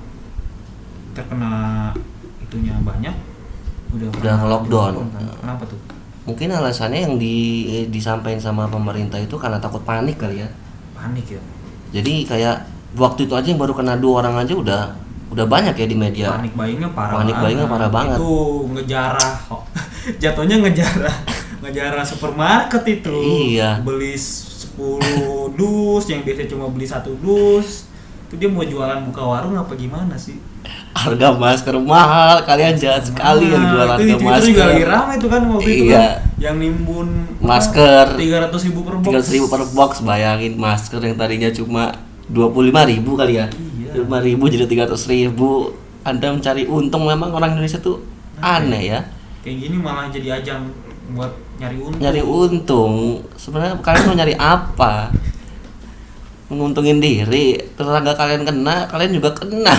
terkena itunya banyak udah Udah pernah nge-lockdown. di-lockdown kan. Kenapa tuh? Mungkin alasannya yang di disampaikan sama pemerintah itu karena takut panik kali ya. Panik ya. Jadi kayak waktu itu aja yang baru kena dua orang aja udah udah banyak ya di media. Panik buyingnya parah Panik buyingnya parah banget. Itu ngejarah jatuhnya ngejarah ngejarah supermarket itu. Iya. Beli sepuluh dus yang biasanya cuma beli satu dus, itu dia mau jualan buka warung apa gimana sih? Harga masker mahal, kalian jahat sekali yang Nah, jualan itu di harga Twitter masker. juga lagi ramai itu kan waktu itu Iya. kan yang nimbun Masker. tiga ratus ribu per box. tiga ratus ribu per box, bayangin masker yang tadinya cuma dua puluh lima ribu kali ya. Iya. dua puluh lima ribu jadi tiga ratus ribu. Anda mencari untung, memang orang Indonesia tuh aneh ya. Kayak gini malah jadi ajang buat nyari untung. Nyari untung. Sebenarnya kalian mau nyari apa? Menguntungin diri, tetangga kalian kena, kalian juga kena.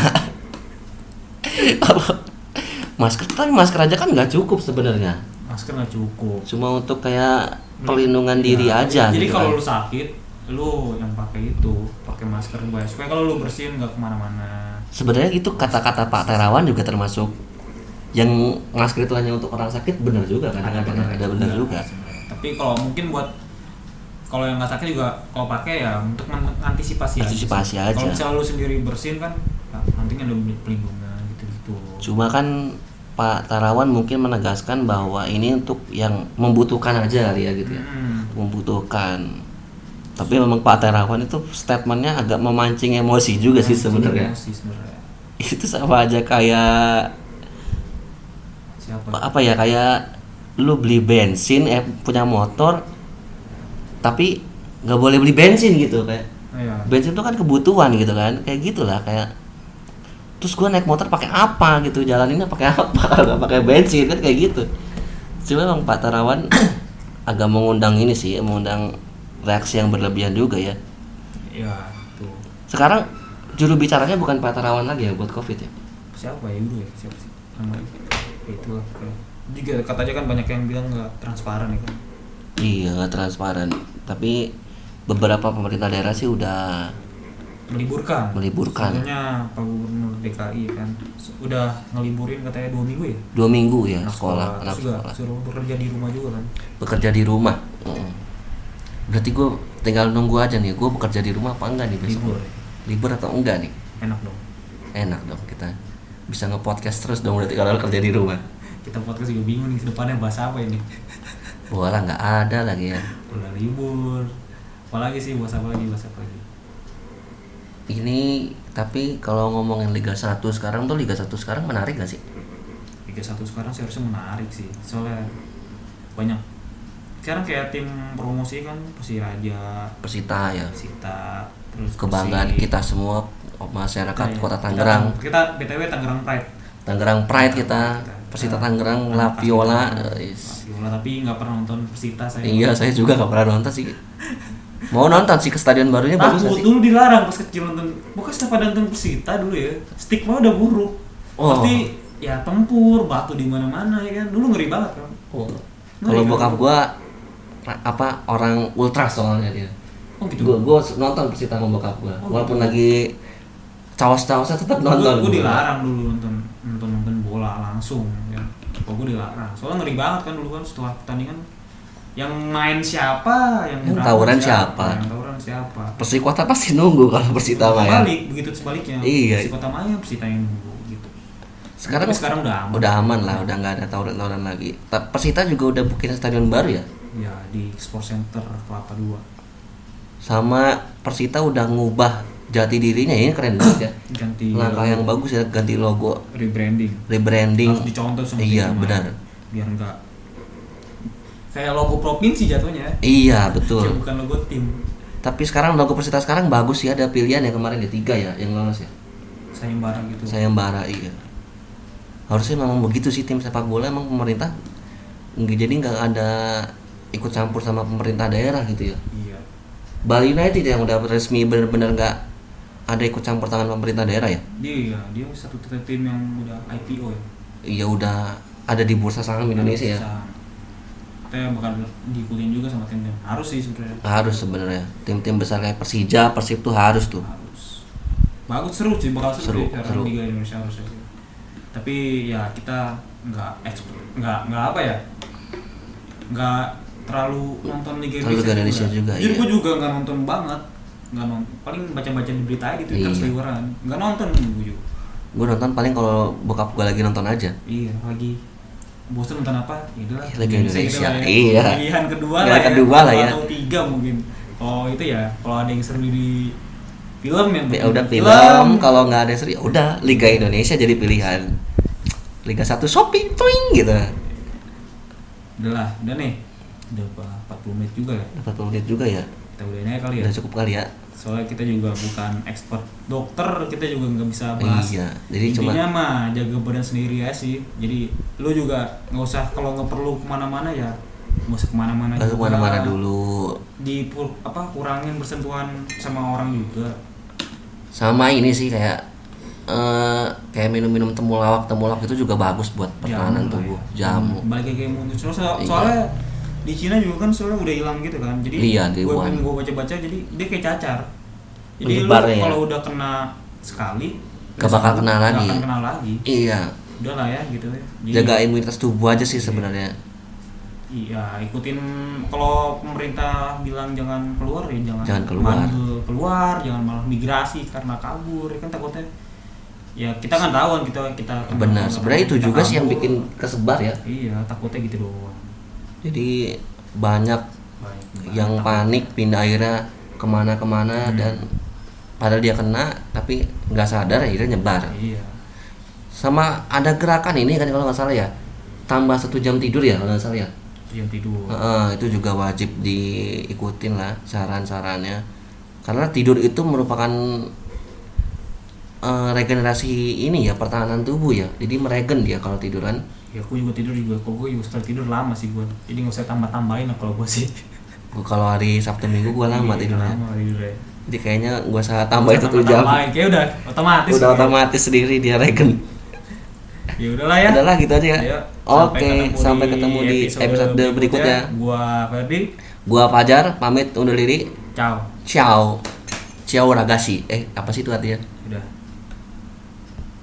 Kalau masker, tapi masker aja kan nggak cukup sebenarnya. Masker nggak cukup. Cuma untuk kayak pelindungan diri Ya, aja. Jadi gitu kalau kan. lu sakit, lu yang pakai itu, pakai masker baik. Supaya kalau lu bersihin nggak kemana-mana. Sebenarnya itu kata-kata Pak Terawan juga termasuk yang masker itu hanya untuk orang sakit, benar juga kan? Ada benar, ada benar juga. sebenarnya. Tapi kalau mungkin buat kalau yang nggak sakit juga kalau pakai ya untuk mengantisipasi Antisipasi aja. sih. aja. Kalau misalnya lu sendiri bersihin kan, nah, nantinya ada pelindungan gitu-gitu. Cuma kan Pak Terawan mungkin menegaskan bahwa ini untuk yang membutuhkan aja kali ya gitu ya. Hmm. Membutuhkan. Tapi memang Pak Terawan itu statementnya agak memancing emosi juga sih sebenarnya. Emosi sebenarnya. Itu sama aja kayak Siapa? apa ya, kayak lu beli bensin, eh punya motor tapi nggak boleh beli bensin gitu. Kayak Iya. bensin itu kan kebutuhan gitu kan, kayak gitulah. Kayak terus gua naik motor pakai apa gitu, jalaninnya pakai apa, nggak pakai bensin kan, kayak gitu. Cuma memang Pak Terawan agak mengundang ini sih, mengundang reaksi yang berlebihan juga ya. Iya, tuh. Sekarang juru bicaranya bukan Pak Terawan lagi ya buat COVID ya. Siapa ya dulu ya? Siapa sih? Namanya. Ya, itu lah. Kayak. Juga katanya kan banyak yang bilang nggak transparan ya kan. Iya, nggak transparan. Tapi beberapa pemerintah daerah sih udah Meliburkan. Meliburkan. Sebenarnya Pak Gubernur D K I kan udah ngeliburin katanya dua minggu ya. dua minggu ya Anak sekolah, anak Terus juga sekolah. suruh bekerja di rumah juga kan. Bekerja di rumah. Mm. Berarti gue tinggal nunggu aja nih, gue bekerja di rumah apa enggak nih besok? Libur. Libur atau enggak nih? Enak dong. Enak dong, kita bisa nge-podcast terus dong berarti kalau kerja di rumah. Kita podcast juga bingung nih ke depannya bahas apa ini. Bola nggak ada lagi ya. Udah libur. Apalagi sih bahas apa lagi, bahas apa lagi. Ini tapi kalau ngomongin Liga satu sekarang tuh, Liga satu sekarang menarik gak sih? Liga Liga satu sekarang sih harusnya menarik sih. Soalnya banyak sekarang kayak tim promosi kan Persiraja, Persita ya. Persita, terus Kebanggaan Persi. kita semua masyarakat Nah, ya. Kota Tangerang. Kita, kita B T W Tangerang Pride. Tangerang Pride kita. Persita Tangerang, La Viola. La Viola, tapi nggak pernah nonton Persita saya. Iya, saya juga nggak pernah nonton sih. Mau nonton sih ke stadion barunya bagus Takut sih. dulu dilarang pas kecil nonton. Bukan setiap ada nonton Persita dulu ya. Stigma udah buruk. Oh. Pasti ya tempur, batu di mana-mana ya kan. Dulu ngeri banget kan. Oh. Ngeri Kalau kan? bokap gua ra- apa orang ultras soalnya dia. Oh gitu. Gua gua nonton Persita sama bokap gua. Oh, Walaupun gitu. lagi cawas-cawasnya tetap nonton. Gue gua. dilarang dulu nonton nonton nonton bola langsung ya. Kok gue dilarang. Soalnya ngeri banget kan dulu kan setelah pertandingan yang main siapa, yang, Yang berantem tawuran siapa? Yang tawuran siapa? Persikota pasti nunggu kalau Persita main. Balik begitu sebaliknya. Iya. Persikota main Persita yang nunggu gitu. Sekarang Tapi sekarang udah aman. Udah aman lah, udah nggak ada tawuran-tawuran lagi. Ta- Persita juga udah bikin stadion baru ya. Ya di Sport Center Kelapa dua. Sama Persita udah ngubah jati dirinya, ini keren banget ya. Ganti Langkah yang bagus ya, ganti logo, rebranding. rebranding. Harus dicontoh sama Iya, tim lain. benar. Biar enggak kayak logo provinsi jatuhnya. Iya, Ya, betul. bukan logo tim. Tapi sekarang logo Persita sekarang bagus ya, ada pilihan ya kemarin ya tiga ya yang lolos ya. Sayembara gitu. Sayembara iya. Harusnya memang begitu sih tim sepak bola, emang pemerintah nggak, jadi nggak ada ikut campur sama pemerintah daerah gitu ya. Iya. Bali United yang udah resmi benar-benar nggak ada ikut campur tangan pemerintah daerah ya. Dia dia satu tim yang udah I P O ya. Iya udah ada di bursa saham Indonesia ya. Kita bakal diikutin juga sama tim-tim. Harus sih sebenarnya. Harus sebenarnya tim-tim besar kayak Persija, Persib tuh harus tuh. Harus. Bagus seru sih, bakal seru, Seru, sih, seru. Liga Indonesia harusnya sih. Tapi ya kita nggak ekspor, nggak nggak apa ya, nggak terlalu nonton Liga Terlalu Indonesia, Liga Indonesia juga, Jadi iya. gue juga nggak nonton banget, nggak nonton. Paling baca-baca di berita aja di Twitter Iya. seliweran. Nggak nonton gue juga. Gue nonton paling kalau bokap gue lagi nonton aja. Iya lagi. Bosan nonton apa? Ya udah lah, Liga Indonesia, gitu lah ya. iya. Pilihan kedua Pilihan lah ya. kedua lah ya. Atau tiga mungkin. Oh itu ya, kalau ada yang seru di film yang Ya udah film, kalau nggak ada seri, ya udah Liga Indonesia jadi pilihan. Liga satu shopping, twing gitu. Udah lah, udah nih. Udah empat puluh menit juga ya. Dapat menit juga ya. Kita udahin aja kali ya. Udah cukup kali ya. Soalnya kita juga bukan expert dokter, kita juga nggak bisa bahas. Iya, jadi Intinya cuma mah jaga badan sendiri ya sih. Jadi lu juga nggak usah, kalau nggak perlu kemana-mana ya nggak usah kemana-mana lalu juga. kemana-mana dulu. Di pur- apa kurangin bersentuhan sama orang juga. Sama ini sih kayak eh kayak minum-minum temulawak, temulawak itu juga bagus buat pertahanan Jamu lah tubuh. ya. Jamu. Balik kayak imun. Soalnya, so- Iya. soalnya di Cina juga kan soalnya udah hilang gitu kan. Jadi Iya, di gue Wuhan. gue baca-baca jadi dia kayak cacar. Jadi lu Menyebar ya. kalau udah kena sekali Gak bakal kena nggak lagi. akan kena lagi. Iya. Udah lah ya gitu ya. Jadi, Jaga imunitas tubuh aja sih sebenarnya. Iya, ikutin kalau pemerintah bilang jangan keluar ya jangan, Jangan keluar. mandul keluar, jangan malah migrasi karena kabur, ya kan takutnya. Ya kita kan tahu kan kita kita Benar. Sebenarnya itu kita juga sih yang kabur. bikin kesebar ya. Iya, takutnya gitu doang. Jadi banyak Baik, yang takut. panik pindah akhirnya kemana-kemana Hmm. dan padahal dia kena tapi nggak sadar akhirnya nyebar. Iya. Sama ada gerakan ini kan kalau nggak salah ya, tambah satu jam tidur ya kalau nggak salah ya. Jam tidur. Heeh, itu juga wajib diikutin lah saran-sarannya karena tidur itu merupakan eh, regenerasi ini ya pertahanan tubuh ya, jadi meregen dia kalau tiduran. Ya aku juga tidur juga, kok gue juga setelah tidur lama sih gue. Jadi nggak usah tambah-tambahin lah kalau gue sih. Gua kalau hari Sabtu Minggu gua lama Iya, tidurnya, lama tidurnya. jadi kayaknya gua usah tambah itu tuh jam. Tambah-tambahin, kayak udah otomatis. Udah gitu. otomatis sendiri dia regen. Ya udahlah ya. Udahlah gitu aja ya. Ayo, Oke, sampai ketemu di episode berikutnya. Gua Ferdi. Gua Fajar pamit undur diri. Ciao. Ciao. Ciao ragazzi. Eh, apa sih itu artinya? Udah.